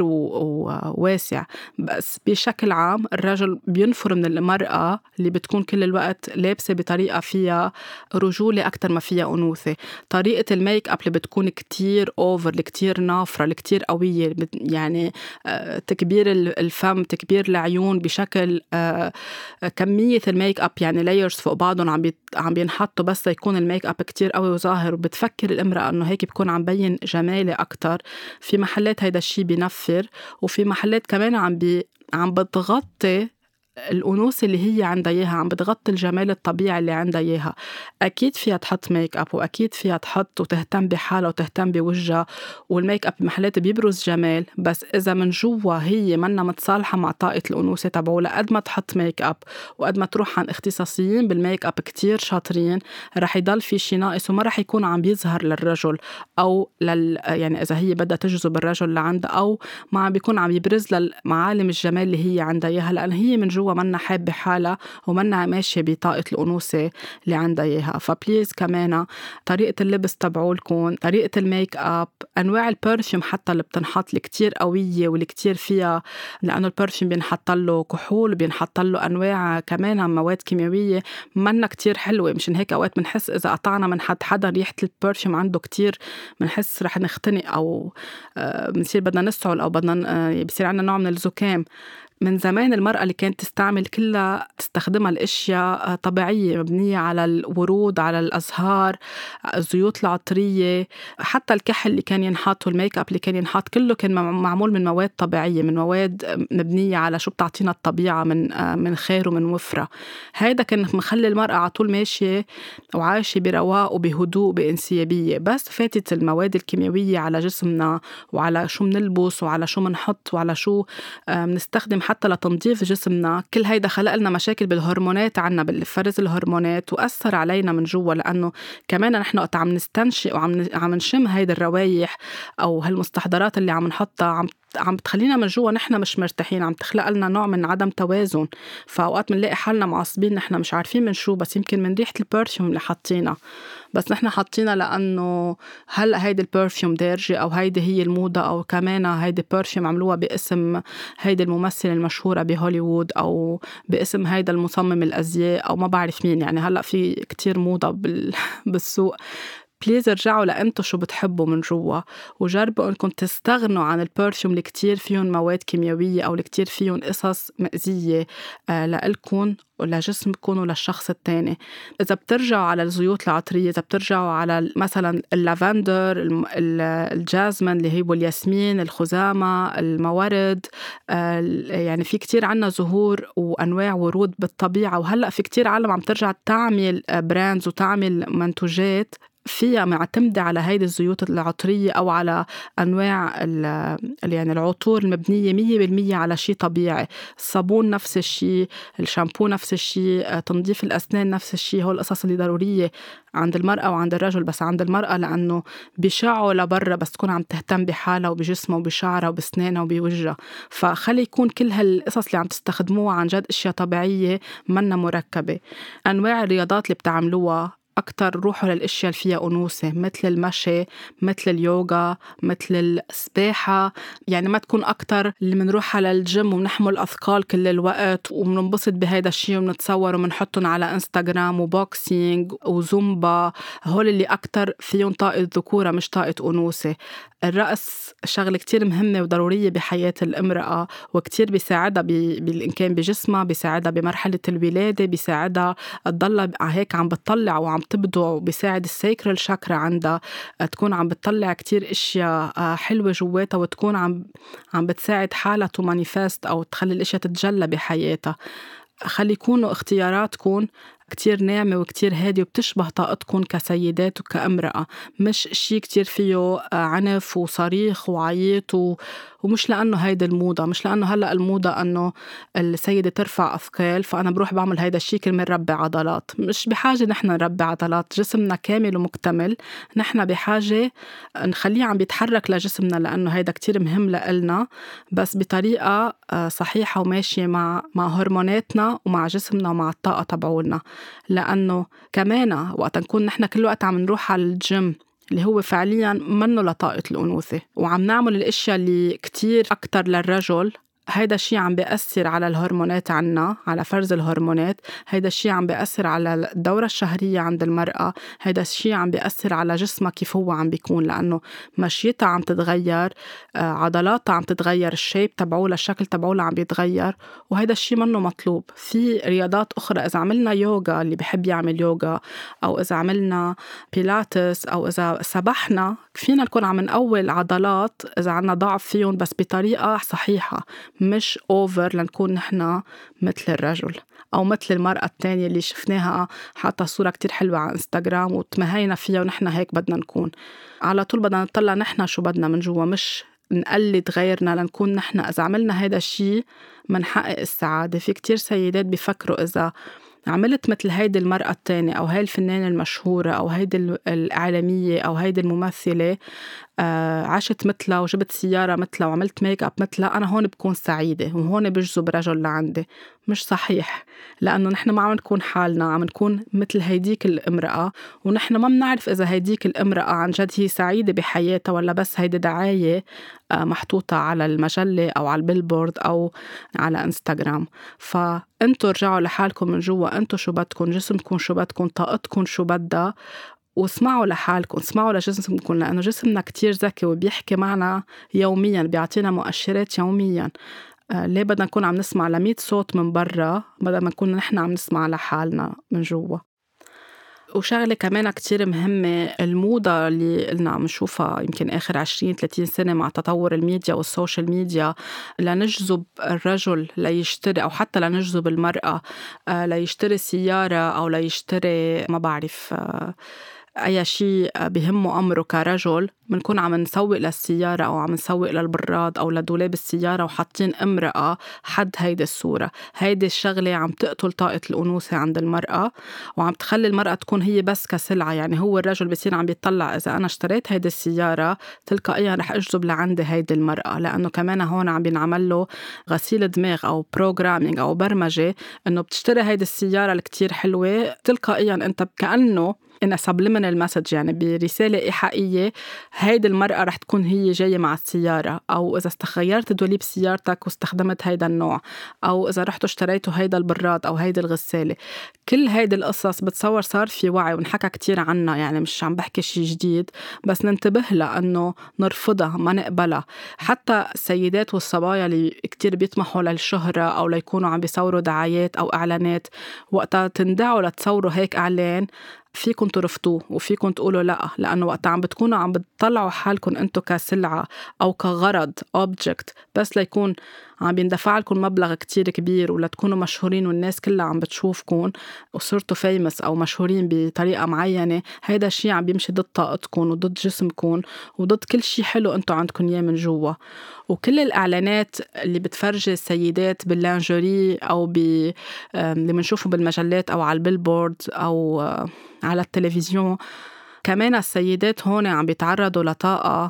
وواسع. بس بشكل عام الرجل بينفر من المرأة اللي بتكون كل الوقت لابسة بطريقة فيها رجولة أكتر ما فيها أنوثة. طريقة الميك أب اللي بتكون كتير أوفر، اللي كتير نافرة، اللي كتير قوية، يعني آه، تكبير الفم، تكبير العيون بشكل آه، كمية الميك أب، يعني لايرز فوق بعضهم عم عم بينحطوا بس يكون الميك أب كتير قوي وظاهر، وبتفكر الامرأة إنه هيك بكون عم بين جمالي أكتر. في محلات هيدا الشي بينفر، وفي محلات كمان عم بي عم بتغطي الأنوثة اللي هي عندها إياها، عم بتغطي الجمال الطبيعي اللي عندها إياها. أكيد فيها تحط ميك أب، وأكيد فيها تحط وتهتم بحالها وتهتم بوجهها، والميك أب بمحلات بيبرز جمال، بس إذا من جوا هي منا متصالحة مع طاقة الأنوثة تبعولها، قد ما تحط ميك أب وقد ما تروح عن اختصاصيين بالميك أب كتير شاطرين، رح يضل في شي ناقص وما رح يكون عم بيظهر للرجل أو لل يعني إذا هي بدها تجذب الرجل لعندها، أو ما عم بيكون عم يبرز للمعالم الجمال اللي هي عندها إياها، لأن هي من جوا ومنا حابة حالها ومنا ماشية بطاقة الأنوثة اللي عندها إياها. فبليز كمان طريقة اللبس تبعولكم، طريقة الميك أب، أنواع البرفيوم حتى اللي بتنحط اللي كتير قوية واللي كتير فيها، لأنه البرفيوم بينحط له كحول، بينحط له أنواع كمان مواد كيميائية منا كتير حلوة. مشان هيك أوقات بنحس إذا قطعنا من حد حدا ريحة البرفيوم عنده كتير، بنحس رح نختنق أو بنصير بدنا نسعل أو بدنا بيصير عنا نوع من الزكام. من زمان المرأة اللي كانت تستعمل كلها تستخدمها الأشياء طبيعية مبنية على الورود، على الأزهار، الزيوت العطرية، حتى الكحل اللي كان ينحط والميك أب اللي كان ينحط كله كان معمول من مواد طبيعية، من مواد مبنية على شو بتعطينا الطبيعة من من خير ومن وفرة. هيدا كان مخلي المرأة على طول ماشية وعايشة برواق وبهدوء بإنسيابية. بس فاتت المواد الكيميائية على جسمنا وعلى شو منلبس وعلى شو منحط وعلى شو منستخدم حتى لتنظيف جسمنا، كل هيدا خلق لنا مشاكل بالهرمونات عنا، بالفرز الهرمونات، وأثر علينا من جوا. لأنه كمان نحن وقت عم نستنشق وعم عم نشم هيدا الروايح أو هالمستحضرات اللي عم نحطها، عم عم بتخلينا من جوا نحن مش مرتاحين، عم تخلق لنا نوع من عدم توازن. فأوقات منلاقي حالنا معصبين، نحن مش عارفين من شو، بس يمكن من ريحة البرفيوم اللي حاطينها، بس نحن حاطينها لأنه هلأ هيدي البرفيوم دارجة أو هيدي هي الموضة، أو كمان هيدي البرفيوم عملوها باسم هيدي الممثلة المشهورة بهوليوود أو باسم هيدا المصمم الأزياء أو ما بعرف مين. يعني هلأ في كتير موضة بال... بالسوق. بليز ارجعوا لأنتو شو بتحبوا من جوا، وجربوا انكم تستغنوا عن البرفيوم اللي كتير فيهم مواد كيميائية أو اللي كتير فيهم قصص مأزية آه لإلكم ولجسمكم وللشخص التاني. إذا بترجعوا على الزيوت العطرية، إذا بترجعوا على مثلا اللافندر، الجازمن اللي هي الياسمين، الخزامة، الموارد، آه يعني في كتير عنا زهور وأنواع ورود بالطبيعة. وهلأ في كتير عالم عم ترجع تعمل براندز وتعمل منتوجات فيها معتمدة على هيدي الزيوت العطرية أو على أنواع يعني العطور المبنية مية بالمية على شي طبيعي. الصابون نفس الشي، الشامبو نفس الشي، تنظيف الأسنان نفس الشي. هو القصص اللي ضرورية عند المرأة وعند الرجل، بس عند المرأة لأنه بشعه لبرا بس تكون عم تهتم بحالها وبجسمها وبشعرها وبسنانها وبوجهها. فخلي يكون كل هالقصص اللي عم تستخدموها عن جد أشياء طبيعية منا مركبة. أنواع الرياضات اللي بتعملوها أكتر روحوا للأشياء اللي فيها أنوثة، مثل المشي، مثل اليوغا، مثل السباحة. يعني ما تكون أكتر اللي منروح على الجيم ونحمل أثقال كل الوقت ومننبسط بهيدا الشيء ومنتصور ومنحطن على إنستغرام وبوكسينج وزومبا. هول اللي أكتر فيهم طاقة ذكورة مش طاقة أنوثة. الرقص شغلة كتير مهمة وضرورية بحياة الامرأة، وكتير بيساعدها إن كان بجسمها، بيساعدها بمرحلة الولادة، بيساعدها تضلها هيك عم بتطلع وعم تبدع، وبيساعد الساكرال شاكرا عندها تكون عم بتطلع كتير اشياء حلوة جواتها، وتكون عم عم بتساعد حالها تو مانيفست او تخلي الاشياء تتجلى بحياتها. خلي يكونوا اختياراتكم كتير ناعمة وكتير هادي وبتشبه طاقتكم كسيدات وكامرأة، مش شي كتير فيه عنف وصريخ وعيط و... ومش لأنه هيدا الموضة، مش لأنه هلأ الموضة أنه السيدة ترفع أثقال فأنا بروح بعمل هيدا الشي كل من ربي عضلات. مش بحاجة نحن نربي عضلات، جسمنا كامل ومكتمل، نحن بحاجة نخليه عم بيتحرك لجسمنا لأنه هيدا كتير مهم لإلنا، بس بطريقة صحيحة وماشية مع مع هرموناتنا ومع جسمنا ومع الطاقة تبعولنا. لأنه كمان وقت نكون نحن كل وقت عم نروح على الجيم اللي هو فعلياً منه لطاقة الأنوثة، وعم نعمل الاشياء اللي كتير أكتر للرجل، هيدا الشيء عم بيأثر على الهرمونات عنا، على فرز الهرمونات. هيدا الشيء عم بيأثر على الدورة الشهرية عند المرأة. هيدا الشيء عم بيأثر على جسمها كيف هو عم بيكون، لأنه مشيتها عم تتغير، عضلاتها عم تتغير، الشيب تبعولها، الشكل تبعولها عم بيتغير، وهيدا الشيء منه مطلوب. في رياضات أخرى إذا عملنا يوغا، اللي بحب يعمل يوغا، أو إذا عملنا بيلاتس، أو إذا سبحنا، فينا نكون عم نقوي عضلات إذا عنا ضعف فيهم بس بطريقة صحيحة، مش أوفر لنكون نحنا مثل الرجل أو مثل المرأة التانية اللي شفناها حتى صورة كتير حلوة على إنستغرام وتمهينا فيها ونحنا هيك بدنا نكون. على طول بدنا نطلع نحنا شو بدنا من جوا، مش نقلد غيرنا لنكون نحنا. إذا عملنا هيدا الشي منحقق السعادة. في كتير سيدات بيفكروا إذا عملت مثل هيدي المرأة التانية أو هاي الفنانة المشهورة أو هيدي الإعلامية أو هيدي الممثلة، آه عشت مثلها وجبت سيارة مثلها وعملت ميك اب مثلها، أنا هون بكون سعيدة وهون بجذب رجل لعندي. مش صحيح، لأنه نحن ما عم نكون حالنا، عم نكون مثل هيديك الامرأة، ونحن ما بنعرف إذا هيديك الامرأة عن جد هي سعيدة بحياتها ولا بس هيدي دعاية آه محطوطة على المجلة أو على البيلبورد أو على إنستغرام. فأنتوا رجعوا لحالكم من جوا، أنتوا شو بدكم، جسمكم شو بدكم، طاقتكم شو بدها، واسمعوا لحالكم، اسمعوا لجسمكم، لأنه جسمنا كتير ذكي وبيحكي معنا يومياً، بيعطينا مؤشرات يومياً. آه ليه بدنا نكون عم نسمع لمية صوت من برا بدل ما نكون نحن عم نسمع لحالنا من جوا؟ وشغلة كمان كتير مهمة، الموضة اللي قلنا عم نشوفها يمكن آخر عشرين ثلاثين سنة مع تطور الميديا والسوشيال ميديا، لنجذب الرجل ليشتري أو حتى لنجذب المرأة ليشتري سيارة أو ليشتري ما بعرف أي شيء بهمه أمره كرجل. منكون عم نسوق للسيارة أو عم نسوق للبراد أو لدولاب السيارة وحاطين امرأة حد هيدي الصورة. هيدي الشغلة عم تقتل طاقة الأنوثة عند المرأة، وعم تخلي المرأة تكون هي بس كسلعة. يعني هو الرجل بيصير عم بيطلع إذا أنا اشتريت هيدي السيارة تلقائيا رح أجذب لعندي هيدي المرأة، لأنه كمان هون عم بينعمل له غسيل دماغ أو بروجرامينج أو برمجة إنه بتشتري هيدي السيارة الكتير حلوة، تلقائيا أنت كأنه إنها subliminal message، يعني برسالة إيحائية هيدي المرأة رح تكون هي جاية مع السيارة. أو إذا استخيرت دوليب سيارتك واستخدمت هيدا النوع، أو إذا رحتوا اشتريتوا هيدا البراد أو هيدا الغسالة، كل هيدي القصص بتصور صار في وعي ونحكى كتير عنها. يعني مش عم بحكي شي جديد، بس ننتبه لها أنه نرفضها ما نقبلها. حتى السيدات والصبايا اللي كتير بيطمحوا للشهرة أو ليكونوا عم بيصوروا دعايات أو إعلانات، وقتها تندعوا لتصوروا هيك إعلان فيكن ترفضوه وفيكن تقولوا لأ، لأنه وقت عم بتكونوا عم بتطلعوا حالكم أنتو كسلعة أو كغرض object بس ليكون عم بيندفع لكم مبلغ كتير كبير ولا تكونوا مشهورين والناس كلها عم بتشوفكم وصرتوا famous أو مشهورين بطريقة معينة، هيدا الشيء عم بيمشي ضد طاقتكم وضد جسمكم وضد كل شيء حلو أنتو عندكم إياه من جوا. وكل الإعلانات اللي بتفرجي السيدات باللانجوري أو ب اللي منشوفه بالمجلات أو على البيلبورد أو على التلفزيون، كمان السيدات هون عم بيتعرضوا لطاقة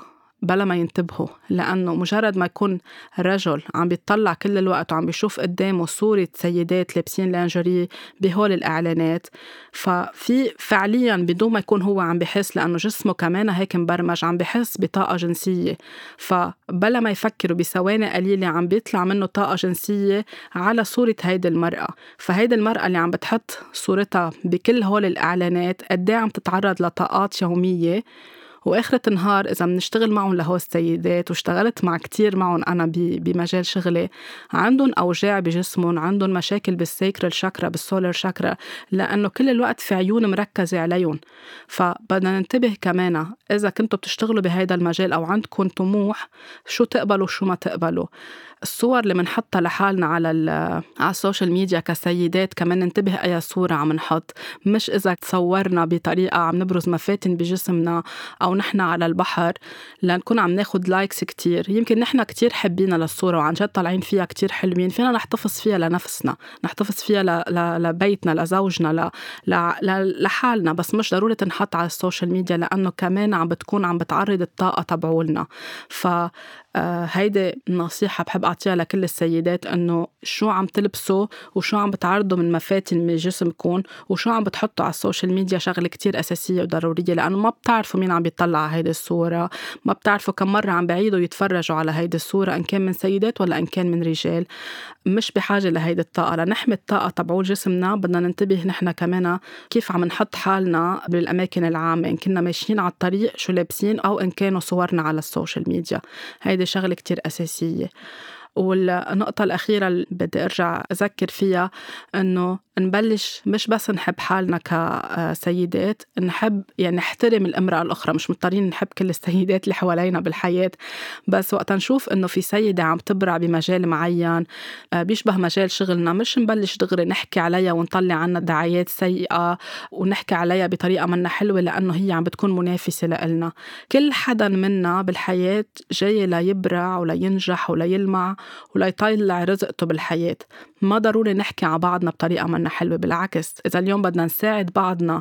بلا ما ينتبهوا، لأنه مجرد ما يكون رجل عم بيطلع كل الوقت وعم بيشوف قدامه صورة سيدات لابسين لانجري بهول الإعلانات، ففي فعليا بدون ما يكون هو عم بيحس، لأنه جسمه كمان هيك مبرمج، عم بيحس بطاقة جنسية. فبلا ما يفكروا بثواني قليلة عم بيطلع منه طاقة جنسية على صورة هيدي المرأة. فهيدي المرأة اللي عم بتحط صورتها بكل هول الإعلانات قديه عم تتعرض لطاقات يومية. وآخرة النهار إذا منشتغل معهم لهو السيدات، واشتغلت مع كتير معهم أنا بمجال شغلي، عندهم أوجاع بجسمهم، عندهم مشاكل بالسيكرال شاكرا بالسولر شاكرا، لأنه كل الوقت في عيون مركزة عليهم. فبدنا ننتبه كمان إذا كنتوا بتشتغلوا بهيدا المجال أو عندكم طموح، شو تقبلوا شو ما تقبلوا. الصور اللي منحطها لحالنا على على السوشيال ميديا كسيدات كمان ننتبه أي صورة عم نحط. مش إذا تصورنا بطريقة عم نبرز مفاتن بجسمنا أو نحن على البحر لنكون عم ناخد لايكس كتير. يمكن نحن كتير حبينا للصورة وعن جد طالعين فيها كتير حلوين، فينا نحتفظ فيها لنفسنا، نحتفظ فيها ل... ل... لبيتنا، لزوجنا، ل... ل... ل... لحالنا، بس مش ضروري تنحط على السوشيال ميديا، لأنه كمان عم بتكون عم بتعرض الطاقة تبعولنا. ف آه هيدي نصيحة بحب أعطيها لكل السيدات، أنه شو عم تلبسوا وشو عم بتعرضوا من مفاتن من جسمكم وشو عم بتحطوا على السوشيال ميديا شغلة كتير أساسية وضرورية، لأنه ما بتعرفوا مين عم بيطلع على هيدي الصورة، ما بتعرفوا كم مرة عم بعيدوا يتفرجوا على هيدي الصورة، إن كان من سيدات ولا إن كان من رجال. مش بحاجة لهيدي الطاقة. لنحمي الطاقة تبعول جسمنا بدنا ننتبه نحن كمان كيف عم نحط حالنا بالأماكن العامة، إن كنا ماشيين على الطريق شو لابسين، أو إن كانوا صورنا على السوشيال ميديا. هيدي شغلة كتير أساسية. والنقطة الأخيرة اللي بدي أرجع أذكر فيها أنه نبلش مش بس نحب حالنا كسيدات، نحب يعني نحترم الامرأة الأخرى. مش مضطرين نحب كل السيدات اللي حوالينا بالحياة، بس وقت نشوف أنه في سيدة عم تبرع بمجال معين بيشبه مجال شغلنا، مش نبلش دغري نحكي عليها ونطلع عنها دعايات سيئة ونحكي عليها بطريقة منا حلوة لأنه هي عم بتكون منافسة لإلنا. كل حدا منا بالحياة جاي ليبرع ولا ينجح ولا يلمع ولا يطلع رزقته بالحياة. ما ضروري نحكي على بعضنا بطريقة منا حلوة، بالعكس إذا اليوم بدنا نساعد بعضنا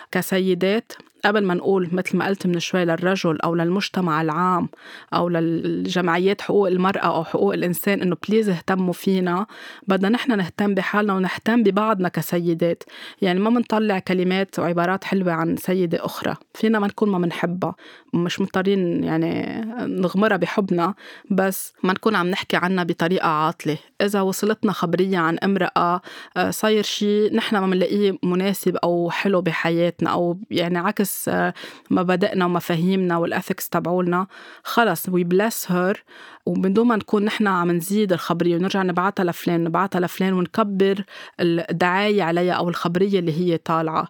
كسيدات، قبل ما نقول مثل ما قلت من شوي للرجل أو للمجتمع العام أو للجمعيات حقوق المرأة أو حقوق الإنسان إنه بليز اهتموا فينا، بدنا نحن نهتم بحالنا ونهتم ببعضنا كسيدات. يعني ما منطلع كلمات وعبارات حلوة عن سيدة أخرى، فينا ما نكون ما منحبها، مش مضطرين يعني نغمرها بحبنا، بس ما نكون عم نحكي عنها بطريقة عاطلة. إذا وصلتنا خبرية عن امرأة صاير شيء نحن ما منلاقيه مناسب أو حلو بحياتنا، أو يعني عكس مبادئنا ومفاهيمنا والأثكس تبعولنا، خلص we bless her، وبدون ما نكون نحن عم نزيد الخبرية ونرجع نبعتها لفلان نبعتها لفلان ونكبر الدعاية عليها أو الخبرية اللي هي طالعة.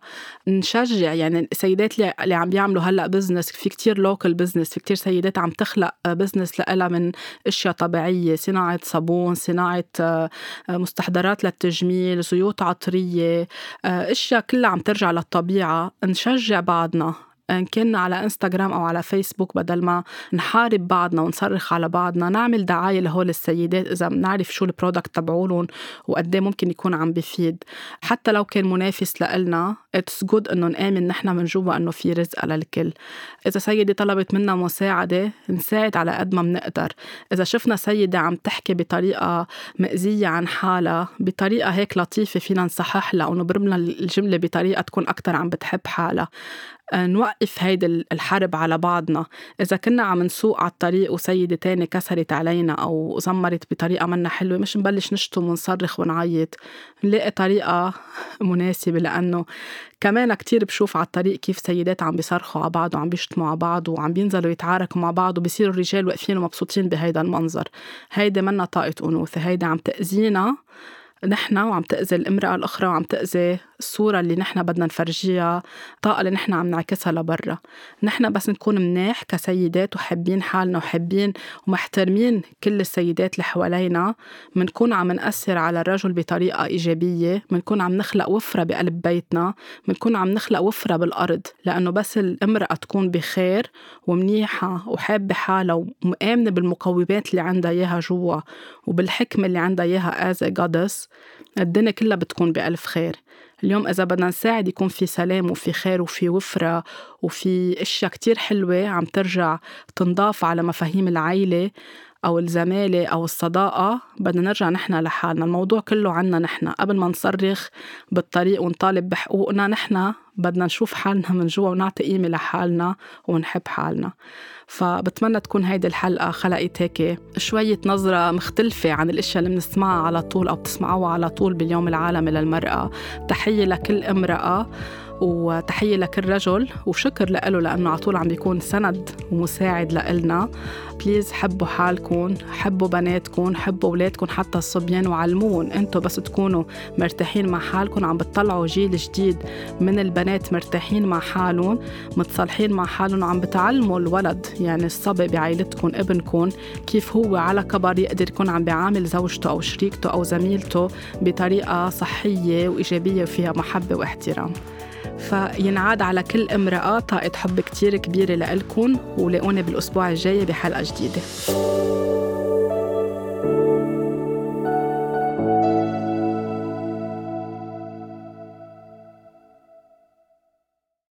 نشجع يعني السيدات اللي عم بيعملوا هلأ بزنس، في كتير لوكال بزنس، في كتير سيدات عم تخلق بزنس لها من أشياء طبيعية، صناعة صابون، صناعة مستحضرات للتجميل، زيوت عطرية، أشياء كلها عم ترجع للطبيعة. نشجع بعضنا إن كنا على إنستغرام أو على فيسبوك، بدل ما نحارب بعضنا ونصرخ على بعضنا، نعمل دعاية لهول السيدات إذا بنعرف شو البرودكت تبعولن وقديه ممكن يكون عم بيفيد. حتى لو كان منافس لإلنا it's good إنه نآمن نحن من جوا إنه في رزق للكل. إذا سيدة طلبت منا مساعدة نساعد على قد ما بنقدر. إذا شفنا سيدة عم تحكي بطريقة مأزية عن حالها بطريقة هيك لطيفة، فينا نصحح لها أو نبرم لها الجملة بطريقة تكون أكتر عم بتحب حالها. نوقف هيدا الحرب على بعضنا. إذا كنا عم نسوق على الطريق وسيدة تاني كسرت علينا أو زمرت بطريقة منا حلوة، مش نبلش نشتم ونصرخ ونعيط، نلاقي طريقة مناسبة. لأنه كمان كتير بشوف على الطريق كيف سيدات عم بيصرخوا على بعض وعم بيشتموا على بعض وعم بينزلوا يتعاركوا مع بعض، وبيصيروا الرجال واقفين ومبسوطين بهيدا المنظر. هيدا منا طاقة أنوثة، هيدا عم تأذينا نحن وعم تأذي الامرأة الأخرى وعم تأذي الصورة اللي نحن بدنا نفرجيها، الطاقة اللي نحن عم نعكسها لبرا. نحن بس نكون مناح كسيدات وحابين حالنا وحابين ومحترمين كل السيدات اللي حوالينا، منكون عم نأثر على الرجل بطريقة إيجابية، منكون عم نخلق وفرة بقلب بيتنا، منكون عم نخلق وفرة بالأرض. لأنه بس الامرأة تكون بخير ومنيحة وحابة حالها ومآمنة بالمقومات اللي عندها إياها جوا وبالحكمة اللي عندها إياها as a goddess، الدنيا كلها بتكون بألف خير. اليوم إذا بدنا نساعد يكون في سلام وفي خير وفي وفرة وفي أشياء كتير حلوة عم ترجع تنضاف على مفاهيم العيلة أو الزمالة أو الصداقة، بدنا نرجع نحن لحالنا. الموضوع كله عنا نحن، قبل ما نصرخ بالطريق ونطالب بحقوقنا نحن بدنا نشوف حالنا من جوا ونعطي قيمة لحالنا ونحب حالنا. فبتمنى تكون هيدي الحلقة خلقت هيك شوية نظرة مختلفة عن الاشياء اللي بنسمعها على طول أو بتسمعوها على طول باليوم العالمي للمرأة. تحية لكل امرأة وتحية لكل رجل، وشكر لأله لأنه عطول عم بيكون سند ومساعد لإلنا. بليز حبوا حالكم، حبوا بناتكم، حبوا أولادكم حتى الصبيان، وعلمون انتوا بس تكونوا مرتاحين مع حالكم عم بتطلعوا جيل جديد من البنات مرتاحين مع حالهم متصالحين مع حالهم، وعم بتعلموا الولد يعني الصبي بعائلتكم ابنكم كيف هو على كبر يقدر يكون عم بيعامل زوجته أو شريكته أو زميلته بطريقة صحية وإيجابية وفيها محبة واحترام. فينعاد على كل امرأة طاقة حب كتير كبيرة لإلكن، ولاقوني بالأسبوع الجاي بحلقة جديدة.